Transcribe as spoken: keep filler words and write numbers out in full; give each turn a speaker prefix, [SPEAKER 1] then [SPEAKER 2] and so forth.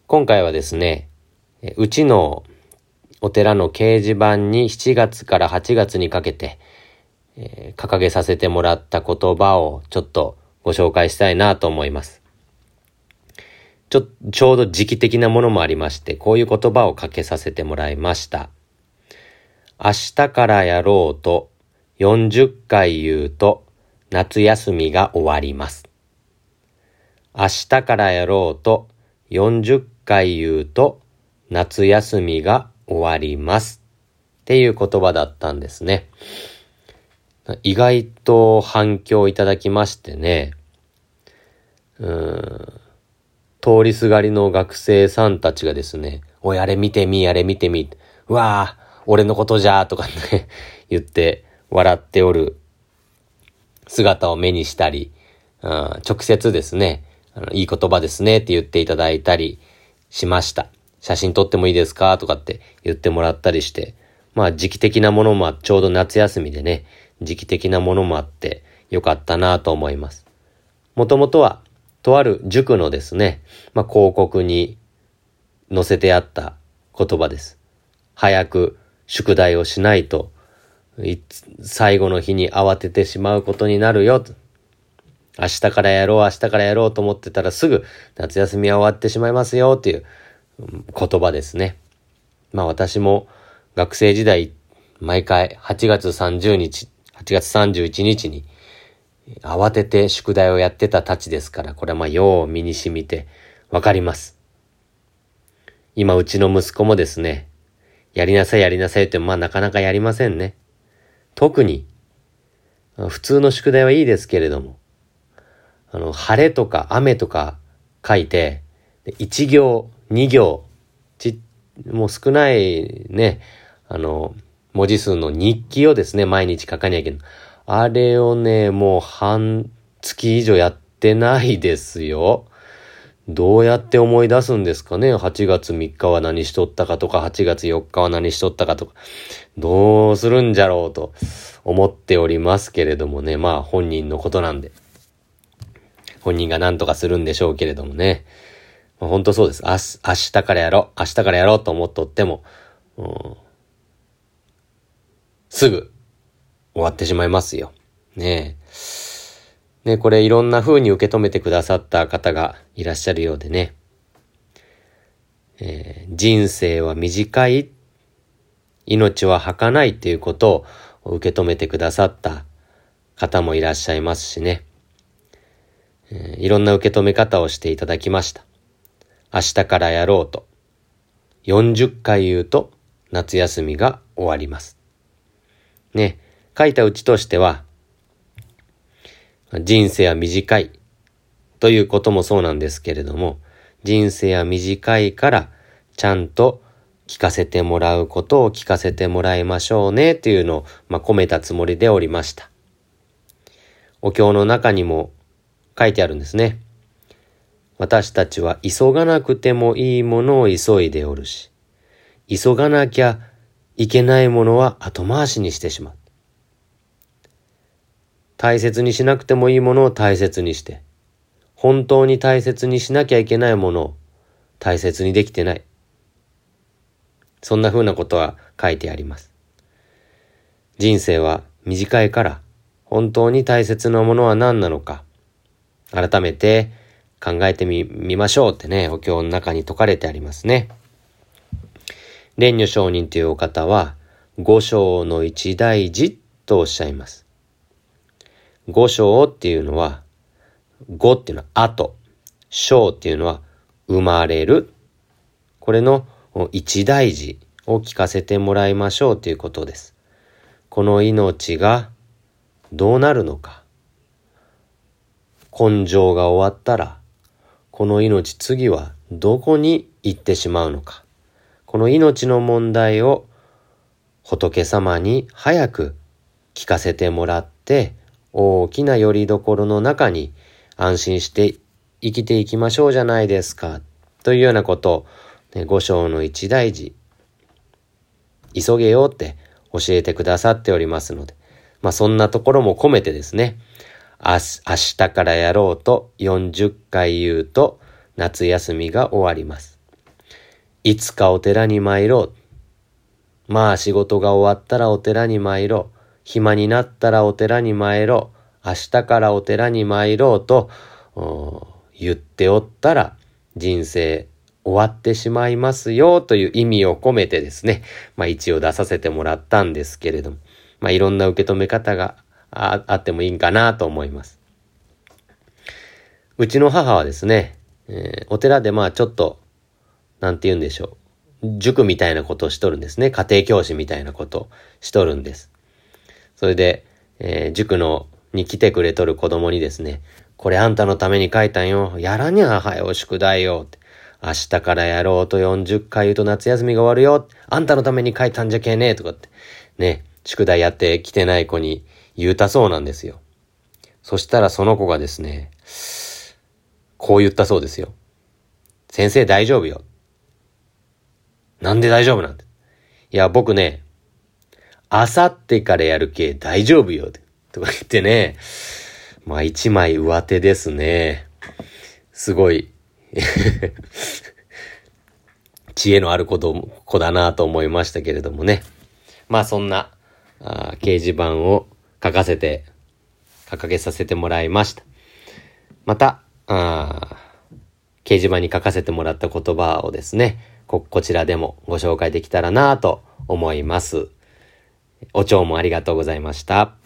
[SPEAKER 1] 今回はですね、うちのお寺の掲示板にしちがつからはちがつにかけて、えー、掲げさせてもらった言葉をちょっとご紹介したいなと思います。ちょ、ちょうど時期的なものもありまして、こういう言葉をかけさせてもらいました。明日からやろうとよんじゅっかい言うと夏休みが終わります。明日からやろうとよんじゅっかい言うと夏休みが終わりますっていう言葉だったんですね。意外と反響いただきましてね、うーん通りすがりの学生さんたちがですね、おいあれ見てみ、あれ見てみ、うわぁ、俺のことじゃーとかね、言って笑っておる姿を目にしたり、あ直接ですね、あの、いい言葉ですねって言っていただいたりしました。写真撮ってもいいですかとかって言ってもらったりして、まあ時期的なものもちょうど夏休みでね、時期的なものもあってよかったなと思います。もともとはとある塾のですね、まあ広告に載せてあった言葉です。早く宿題をしないと最後の日に慌ててしまうことになるよと。明日からやろう明日からやろうと思ってたらすぐ夏休みは終わってしまいますよっていう言葉ですね。まあ私も学生時代毎回はちがつさんじゅうにち、はちがつさんじゅういちにちに慌てて宿題をやってたたちですから、これはまあよう身に染みてわかります。今うちの息子もですね、やりなさいやりなさいってまあなかなかやりませんね。特に普通の宿題はいいですけれども、あの晴れとか雨とか書いていち行に行ちもう少ないね、あの文字数の日記をですね毎日書かなきゃいけない。あれをねもう半月以上やってないですよ。どうやって思い出すんですかね。はちがつみっかは何しとったかとか、はちがつよっかは何しとったかとか、どうするんじゃろうと思っておりますけれどもね。まあ本人のことなんで。本人が何とかするんでしょうけれどもね。まあ、本当そうです。明日、明日からやろう。明日からやろうと思っとっても、うん、すぐ終わってしまいますよ。ねえ。ね、これいろんな風に受け止めてくださった方がいらっしゃるようでね。えー、人生は短い、命は儚いっていうことを受け止めてくださった方もいらっしゃいますしね。えー、いろんな受け止め方をしていただきました。明日からやろうと。よんじゅっかい言うと夏休みが終わります。ね、書いたうちとしては、人生は短いということもそうなんですけれども、人生は短いからちゃんと聞かせてもらうことを聞かせてもらいましょうねというのを、まあ、込めたつもりでおりました。お経の中にも書いてあるんですね。私たちは急がなくてもいいものを急いでおるし、急がなきゃいけないものは後回しにしてしまう。大切にしなくてもいいものを大切にして、本当に大切にしなきゃいけないものを大切にできてない。そんな風なことは書いてあります。人生は短いから本当に大切なものは何なのか改めて考えてみ、みましょうってね、お経の中に説かれてありますね。蓮如上人というお方は五章の一大事とおっしゃいます。五章っていうのは、五っていうのは後、章っていうのは生まれる。これの一大事を聞かせてもらいましょうということです。この命がどうなるのか。根性が終わったら、この命次はどこに行ってしまうのか。この命の問題を仏様に早く聞かせてもらって、大きな拠り所の中に安心して生きていきましょうじゃないですか。というようなことを、ね、五章の一大事、急げよって教えてくださっておりますので、まあそんなところも込めてですね、明日からやろうとよんじゅっかい言うと夏休みが終わります。 いつかお寺に参ろう。まあ仕事が終わったらお寺に参ろう。暇になったらお寺に参ろう。明日からお寺に参ろうと言っておったら人生終わってしまいますよという意味を込めてですね、まあ一応出させてもらったんですけれども、まあいろんな受け止め方が あ, あってもいいんかなと思います。うちの母はですね、えー、お寺でまあちょっと、なんて言うんでしょう。塾みたいなことをしとるんですね。家庭教師みたいなことをしとるんです。それで、えー、塾のに来てくれとる子供にですね、これあんたのために書いたんよ。やらにゃはよ、宿題よって。明日からやろうとよんじゅっかい言うと夏休みが終わるよ。あんたのために書いたんじゃけえねえとかって。ね、宿題やってきてない子に言うたそうなんですよ。そしたらその子がですね、こう言ったそうですよ。先生大丈夫よ。なんで大丈夫なんて。いや、僕ね、あさってからやるけ大丈夫よ。とか言ってね、まあ一枚上手ですね。すごい、知恵のある子ど子だなと思いましたけれどもね。まあそんな、あ掲示板を書かせて、掲げさせてもらいました。また、あ掲示板に書かせてもらった言葉をですね、こ、こちらでもご紹介できたらなと思います。お聴もありがとうございました。